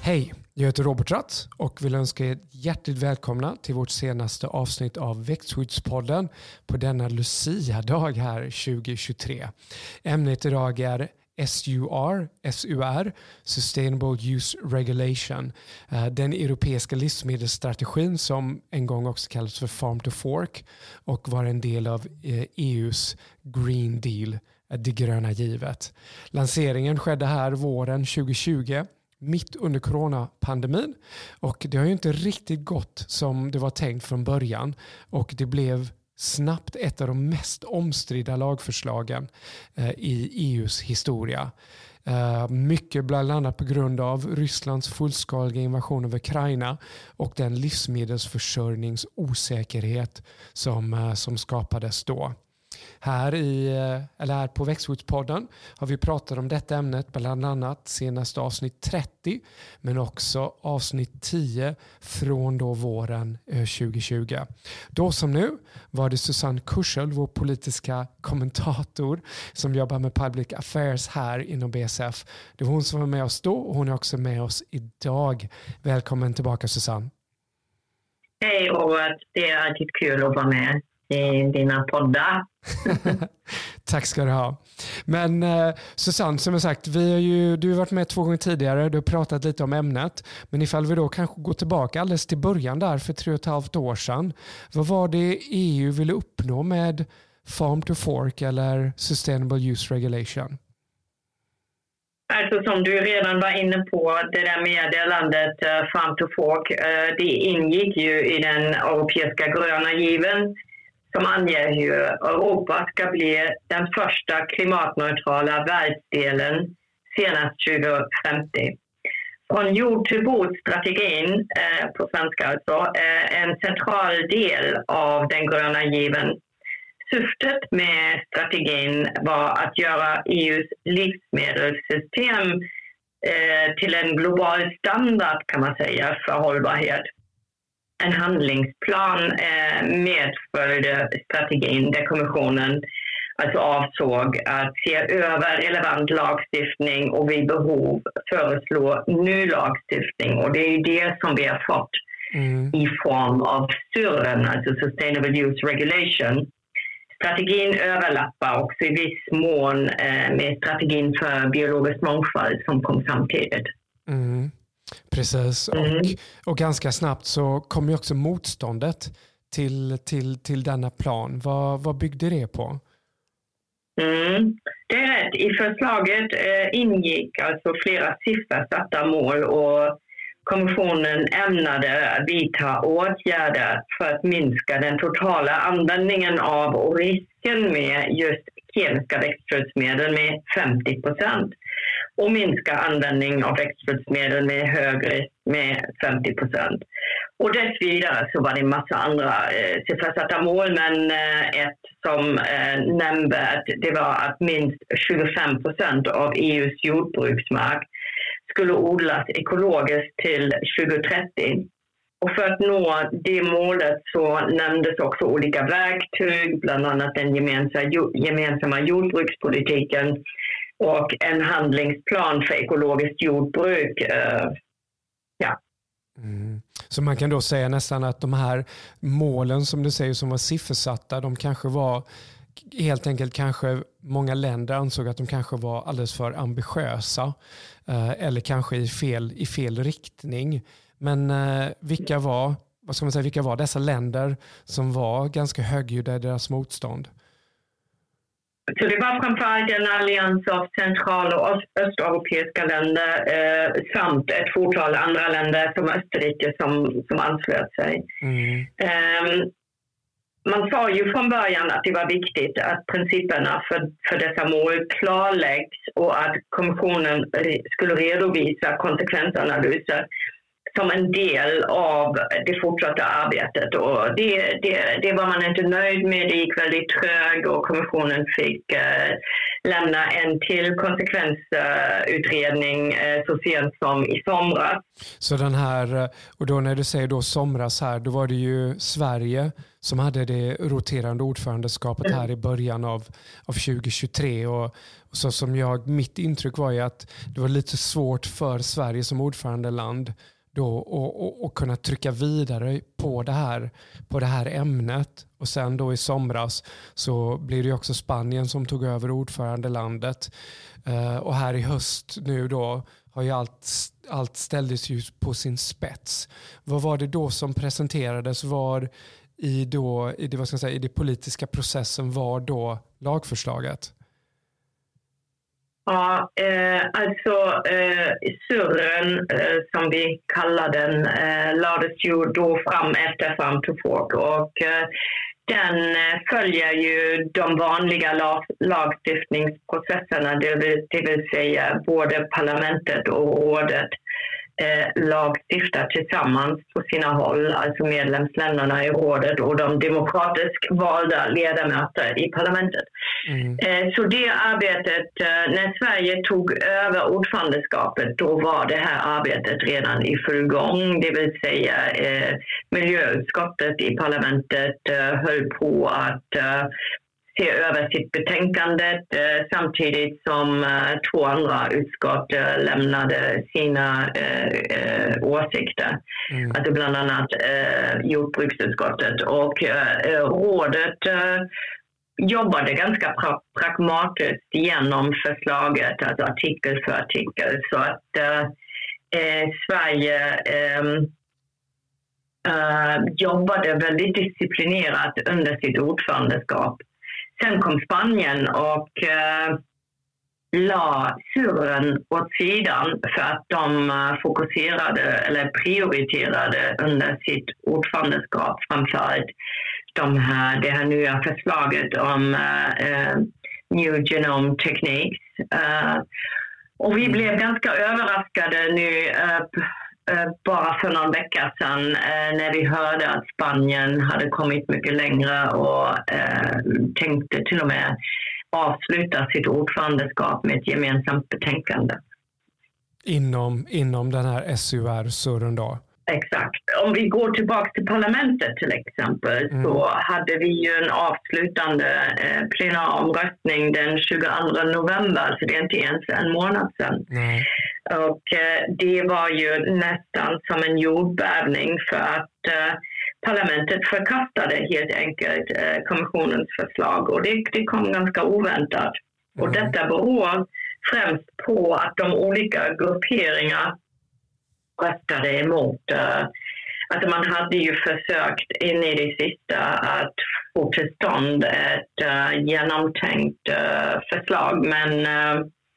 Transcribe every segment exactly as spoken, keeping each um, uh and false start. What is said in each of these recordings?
Hej, jag heter Robert Ratt och vill önska er hjärtligt välkomna till vårt senaste avsnitt av Växtskyddspodden på denna Lucia-dag här tjugo tjugotre. Ämnet idag är S U R, S U R, Sustainable Use Regulation, den europeiska livsmedelsstrategin som en gång också kallades för Farm to Fork och var en del av E U:s Green Deal, det gröna givet. Lanseringen skedde här våren tjugo tjugo. Mitt under coronapandemin, och det har ju inte riktigt gått som det var tänkt från början, och det blev snabbt ett av de mest omstridda lagförslagen eh, i E U:s historia. Eh, mycket bland annat på grund av Rysslands fullskaliga invasion av Ukraina och den livsmedelsförsörjningsosäkerhet som, eh, som skapades då. Här, i, eller här på Växtskyddspodden har vi pratat om detta ämnet bland annat senaste avsnitt trettio, men också avsnitt tio från då våren tjugo tjugo. Då som nu var det Susanne Kuschel, vår politiska kommentator som jobbar med Public Affairs här inom B S F. Det var hon som var med oss då, och hon är också med oss idag. Välkommen tillbaka, Susanne. Hej Robert, det är alltid kul att vara med i dina poddar. Tack ska du ha. Men eh, Susanne, som jag sagt, vi har ju, du har varit med två gånger tidigare, du har pratat lite om ämnet, men ifall vi då kanske går tillbaka alldeles till början där för tre och ett halvt år sedan. Vad var det E U ville uppnå med Farm to Fork eller Sustainable Use Regulation? Alltså som du redan var inne på, det där meddelandet uh, Farm to Fork, uh, det ingick ju i den europeiska gröna given som anger hur Europa ska bli den första klimatneutrala världsdelen senast tjugo femtio. Från jord till bord-strategin, eh, på svenska alltså, är en central del av den gröna given. Syftet med strategin var att göra E U:s livsmedelssystem eh, till en global standard, kan man säga, för hållbarhet. En handlingsplan eh, medföljde strategin där kommissionen alltså avsåg att se över relevant lagstiftning och vid behov föreslå ny lagstiftning. Och det är ju det som vi har fått mm. i form av S U R, alltså Sustainable Use Regulation. Strategin överlappar också i viss mån eh, med strategin för biologisk mångfald som kom samtidigt. Mm. Precis, och, mm. och ganska snabbt så kom ju också motståndet till, till, till denna plan. Vad, vad byggde det på? Mm. Det är rätt. I förslaget eh, ingick alltså flera siffersatta mål, och kommissionen ämnade vidta åtgärder för att minska den totala användningen av och risken med just kemiska växtskyddsmedel med femtio procent. Och minska användning av växtskyddsmedel med högre med femtio procent. Och dessvidare så var det en massa andra eh, siffersatta mål, men eh, ett som eh, nämnvärt, det var att minst tjugofem procent av E U:s jordbruksmark skulle odlas ekologiskt till tjugo trettio. Och för att nå det målet så nämndes också olika verktyg, bland annat den gemensamma, gemensamma jordbrukspolitiken och en handlingsplan för ekologiskt jordbruk. Uh, ja. Mm. Så man kan då säga nästan att de här målen som du säger som var siffersatta, de kanske var helt enkelt, kanske många länder ansåg att de kanske var alldeles för ambitiösa uh, eller kanske i fel, i fel riktning. Men uh, vilka var, vad ska man säga, vilka var dessa länder som var ganska högljudda i deras motstånd? Så det var framförallt en allians av central- och östeuropeiska länder eh, samt ett fåtal andra länder som Österrike som, som anslöt sig. Mm. Eh, man sa ju från början att det var viktigt att principerna för, för dessa mål klarläggs och att kommissionen skulle redovisa konsekvensanalyser som en del av det fortsatta arbetet. Och det, det, det var man inte nöjd med. Det gick väldigt trögt och kommissionen fick eh, lämna en till konsekvensutredning uh, så sent som i somras. Så den här, och då när du säger då somras här, då var det ju Sverige som hade det roterande ordförandeskapet mm. här i början av, av tjugo tjugotre. Och, och så som jag, mitt intryck var ju att det var lite svårt för Sverige som ordförandeland då och, och, och kunna trycka vidare på det här på det här ämnet. Och sen då i somras så blir det också Spanien som tog över ordförandelandet. Uh, och här i höst nu då har ju allt, allt ställdes ju på sin spets. Vad var det då som presenterades? Var i, då, i, det, vad ska jag säga, i det politiska processen var då lagförslaget? Ja, eh, alltså eh, surren eh, som vi kallar den eh, lades ju då fram efter Farm to Fork och eh, den eh, följer ju de vanliga lag, lagstiftningsprocesserna, det vill, det vill säga både parlamentet och rådet eh, lagstiftar tillsammans på sina håll, alltså medlemsländerna i rådet och de demokratiskt valda ledamöter i parlamentet. Mm. Eh, så det arbetet, eh, när Sverige tog över ordförandeskapet, då var det här arbetet redan i full gång. Det vill säga eh, miljöutskottet i parlamentet eh, höll på att eh, se över sitt betänkande eh, samtidigt som eh, två andra utskott eh, lämnade sina eh, eh, åsikter. Mm. Alltså bland annat eh, jordbruksutskottet och eh, rådet eh, jobbade ganska pra- pragmatiskt genom förslaget, alltså artikel för artikel. Så att eh, eh, Sverige eh, eh, jobbade väldigt disciplinerat under sitt ordförandeskap. Sen kom Spanien och eh, la surren åt sidan för att de eh, fokuserade eller prioriterade under sitt ordförandeskap framför de här, det här nya förslaget om eh, New Genome Techniques. Eh, och vi blev ganska överraskade nu eh, bara för någon vecka sedan eh, när vi hörde att Spanien hade kommit mycket längre och eh, tänkte till och med avsluta sitt ordförandeskap med ett gemensamt betänkande. Inom, inom den här S U R-surren då? Exakt. Om vi går tillbaka till parlamentet till exempel mm. så hade vi ju en avslutande eh, plenaromröstning den tjugoandra november, så det är inte ens en månad sedan. Mm. Och eh, det var ju nästan som en jordbävning för att eh, parlamentet förkastade helt enkelt eh, kommissionens förslag och det, det kom ganska oväntat. Mm. Och detta beror främst på att de olika grupperingar röstade emot. Uh, alltså man hade ju försökt in i det sista att få till stånd ett uh, genomtänkt uh, förslag, men uh,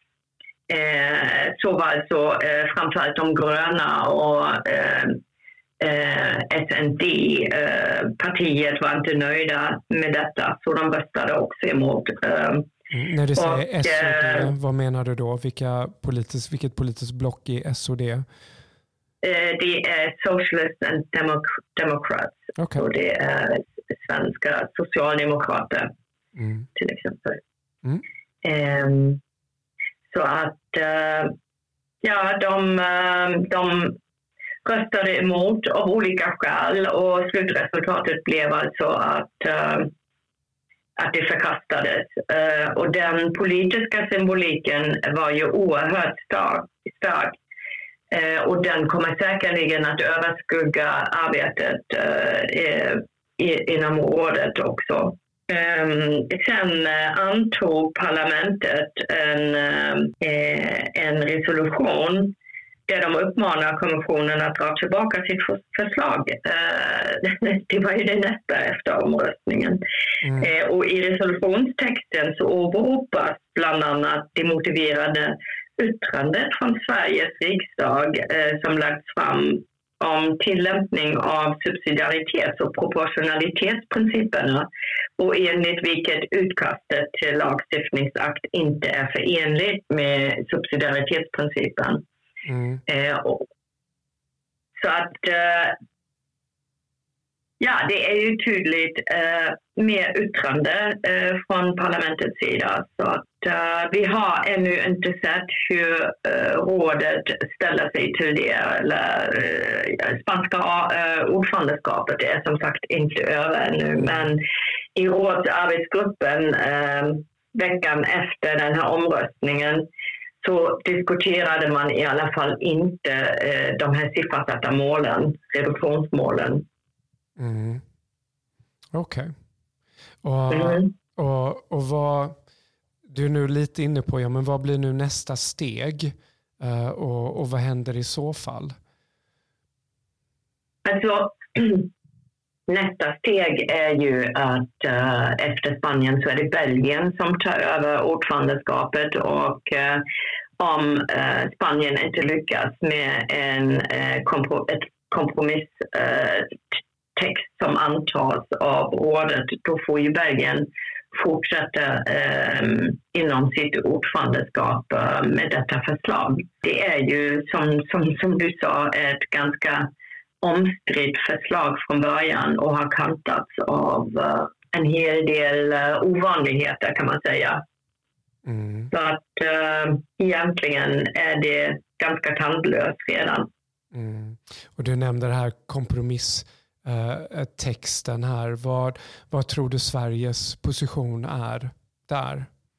uh, så var alltså uh, framförallt de gröna och uh, uh, S N D uh, partiet var inte nöjda med detta, så de röstade också emot. Uh, mm, när du säger och, S O D, uh, vad menar du då? Vilka politisk, vilket politiskt block är S O D? Det är Socialist and Democ- Democrats. Okay. Och det är svenska socialdemokrater mm. till exempel. Mm. Um, så att uh, ja, de, uh, de röstade emot av olika skäl och slutresultatet blev alltså att, uh, att det förkastades. Uh, och den politiska symboliken var ju oerhört stark. stark. Eh, och den kommer säkerligen att överskugga arbetet eh, i, inom rådet också. Eh, sen eh, antog parlamentet en, eh, en resolution där de uppmanar kommissionen att dra tillbaka sitt förslag. Eh, det var ju det nästa efter omröstningen. Mm. Eh, och i resolutionstexten så åberopas bland annat det motiverade yttrandet från Sveriges riksdag eh, som lagts fram om tillämpning av subsidiaritets- och proportionalitetsprinciperna och enligt vilket utkastet till lagstiftningsakt inte är förenligt med subsidiaritetsprincipen. Mm. Eh, och, så att eh, Ja, det är ju tydligt eh, med yttrande eh, från parlamentets sida. Så att eh, vi har ännu inte sett hur eh, rådet ställer sig till det. Eller, eh, spanska eh, ordförandeskapet är som sagt inte över ännu. Men i rådsarbetsgruppen eh, veckan efter den här omröstningen så diskuterade man i alla fall inte eh, de här siffersatta målen, reduktionsmålen. Mm. Okej. Okay. Och, mm. och, och vad du är nu lite inne på, ja, men vad blir nu nästa steg uh, och, och vad händer i så fall? Alltså, nästa steg är ju att uh, efter Spanien så är det Belgien som tar över ordförandeskapet och uh, om uh, Spanien inte lyckas med en uh, kompro- ett kompromiss uh, text som antas av rådet, då får ju Belgien fortsätta eh, inom sitt ordförandeskap eh, med detta förslag. Det är ju som, som, som du sa ett ganska omstritt förslag från början och har kantats av eh, en hel del eh, ovanligheter kan man säga. Mm. Så att eh, egentligen är det ganska tandlöst redan. Mm. Och du nämnde det här kompromiss Uh, texten här. Vad, vad tror du Sveriges position är där?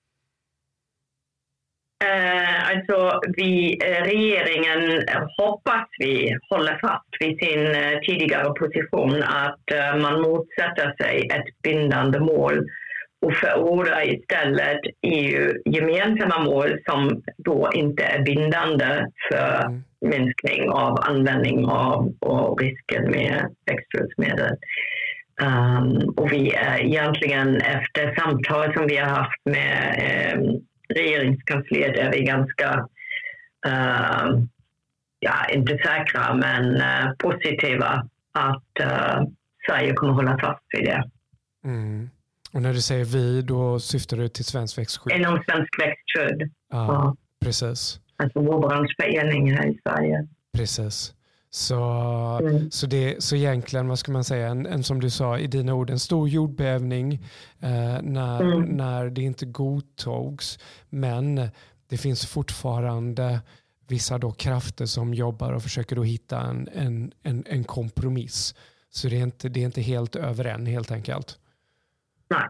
Uh, alltså vi, uh, regeringen hoppas vi håller fast vid sin uh, tidigare position att uh, man motsätter sig ett bindande mål och förordar istället E U-gemensamma mål som då inte är bindande för mm. minskning av användning av och risken med växtskyddsmedel. Um, och vi är egentligen efter samtal som vi har haft med um, regeringskansliet är vi ganska uh, ja, inte säkra men uh, positiva att uh, Sverige kommer hålla fast vid det. Mm. Och när du säger vi, då syftar du till svensk växtskydd? Inom svensk växtskydd. Ja, ja, precis. Alltså vår branschförening här i Sverige. Precis. Så, mm. så, det, så egentligen, vad ska man säga, en, en som du sa i dina ord, en stor jordbävning eh, när, mm. när det inte godtogs. Men det finns fortfarande vissa då krafter som jobbar och försöker då hitta en, en, en, en kompromiss. Så det är, inte, det är inte helt över än helt enkelt. Nej,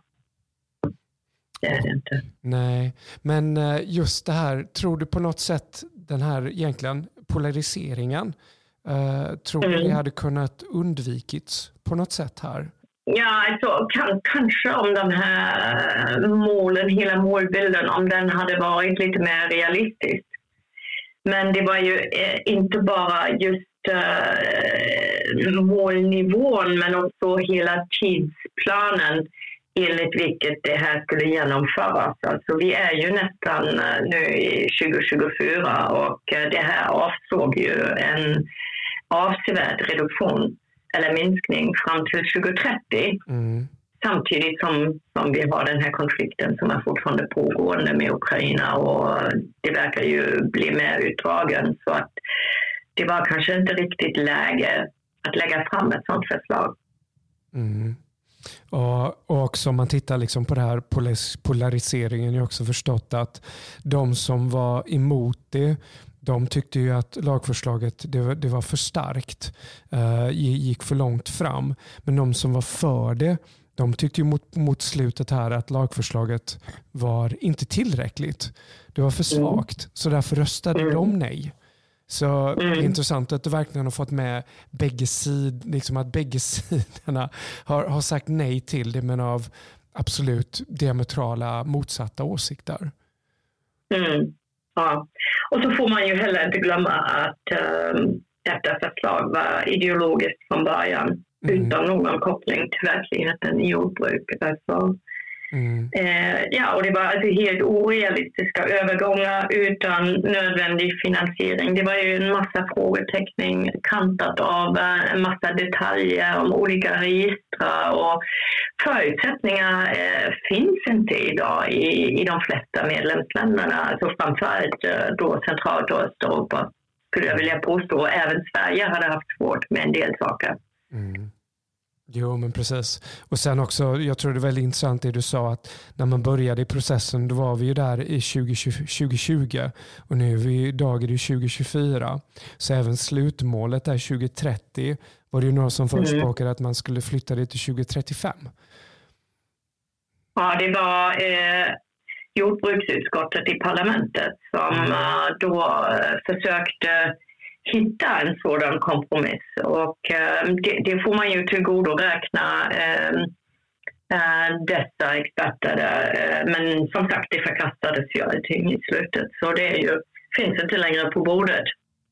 det är det inte. Nej, men just det här, tror du på något sätt den här egentligen polariseringen, uh, tror du mm. det hade kunnat undvikits på något sätt här? Ja, alltså kan, kanske om de här målen, hela målbilden, om den hade varit lite mer realistisk. Men det var ju eh, inte bara just eh, målnivån men också hela tidsplanen enligt vilket det här skulle genomföras. Alltså vi är ju nästan nu i tjugo tjugofyra och det här avsåg ju en avsevärd reduktion eller minskning fram till tjugo trettio. Mm. Samtidigt som, som vi har den här konflikten som är fortfarande pågående med Ukraina och det verkar ju bli mer utdragen. Så att det var kanske inte riktigt läge att lägga fram ett sådant förslag. Mm. Och, och också om man tittar liksom på det här polariseringen, jag har också förstått att de som var emot det, de tyckte ju att lagförslaget det, det var för starkt, uh, gick för långt fram. Men de som var för det, de tyckte ju mot, mot slutet här att lagförslaget var inte tillräckligt. Det var för svagt, så därför röstade mm. de nej. Så mm. det är intressant att du verkligen har fått med bägge sid, liksom att bägge sidorna har, har sagt nej till det men av absolut diametrala motsatta åsikter. Mm. Ja, och så får man ju heller inte glömma att um, detta förslag var ideologiskt från början mm. utan någon koppling till verkligheten i jordbruket. Alltså, Mm. Eh, ja, och det var alltså helt orealistiska övergångar utan nödvändig finansiering. Det var ju en massa frågeteckning kantat av eh, en massa detaljer om olika register och förutsättningar eh, finns inte idag i, i de flesta medlemsländerna. Alltså framförallt eh, då centralt och Östeuropa skulle jag vilja påstå. Även Sverige hade haft svårt med en del saker. Mm. Jo, men precis. Och sen också, jag tror det är väldigt intressant det du sa, att när man började i processen, då var vi ju där i tjugo tjugo och nu är vi idag är det tjugo tjugofyra. Så även slutmålet där tjugo trettio var det ju några som förespråkade mm. att man skulle flytta det till tjugo trettiofem. Ja, det var eh, jordbruksutskottet i parlamentet som mm. eh, då eh, försökte hitta en sådan kompromiss. Och eh, det, det får man ju till godo räkna eh, eh, dessa experter. Eh, men som sagt, det förkastades ju allting i slutet. Så det är ju, finns inte längre på bordet.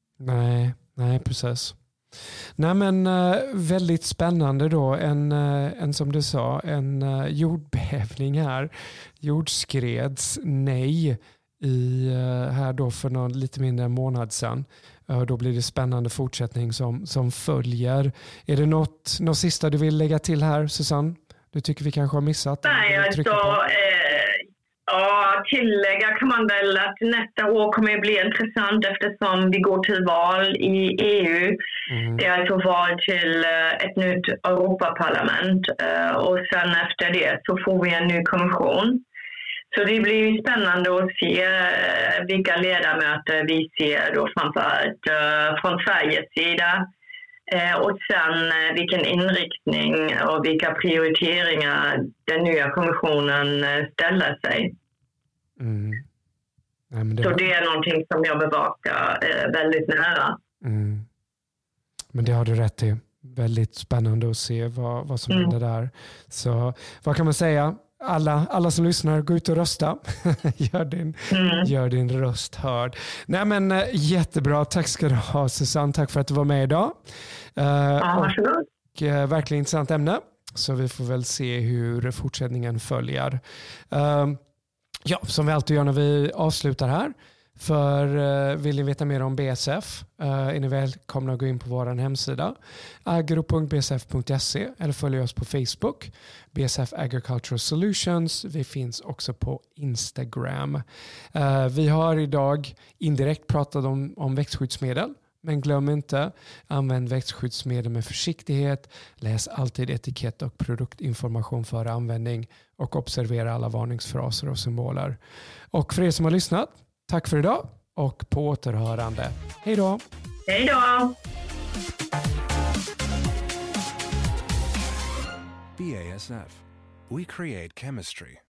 Nej, nej precis. Nej, men väldigt spännande då. En, en som du sa, en jordbävning här. Jordskreds nej i, här då för någon, lite mindre än månad sedan. Då blir det spännande fortsättning som, som följer. Är det något, något sista du vill lägga till här, Susanne? Du tycker vi kanske har missat? Nej, alltså, eh, ja, tillägga kan man väl att nästa år kommer att bli intressant eftersom vi går till val i E U. Mm. Det är alltså val till ett nytt Europaparlament och sen efter det så får vi en ny kommission. Så det blir spännande att se vilka ledamöter vi ser då framförallt från Sveriges sida. Och sen vilken inriktning och vilka prioriteringar den nya kommissionen ställer sig. Mm. Nej, men det Så har... det är någonting som jag bevakar väldigt nära. Mm. Men det har du rätt i. Väldigt spännande att se vad, vad som mm. händer där. Så vad kan man säga? Alla, alla som lyssnar, gå ut och rösta. gör, din, mm. gör din röst hörd. Nej, men, jättebra. Tack ska du ha, Susanne. Tack för att du var med idag. Uh, ja, varsågod. Och, uh, verkligen intressant ämne. Så vi får väl se hur fortsättningen följer. Uh, ja, som vi alltid gör när vi avslutar här. För uh, vill ni veta mer om B S F uh, är ni välkomna att gå in på vår hemsida agro punkt b s f punkt se eller följa oss på Facebook, B S F Agricultural Solutions. Vi finns också på Instagram. Uh, vi har idag indirekt pratat om, om växtskyddsmedel. Men glöm inte, använd växtskyddsmedel med försiktighet. Läs alltid etikett och produktinformation före användning och observera alla varningsfraser och symboler. Och för er som har lyssnat, tack för idag och på återhörande. Hej då! Hej då! B A S F. We create chemistry.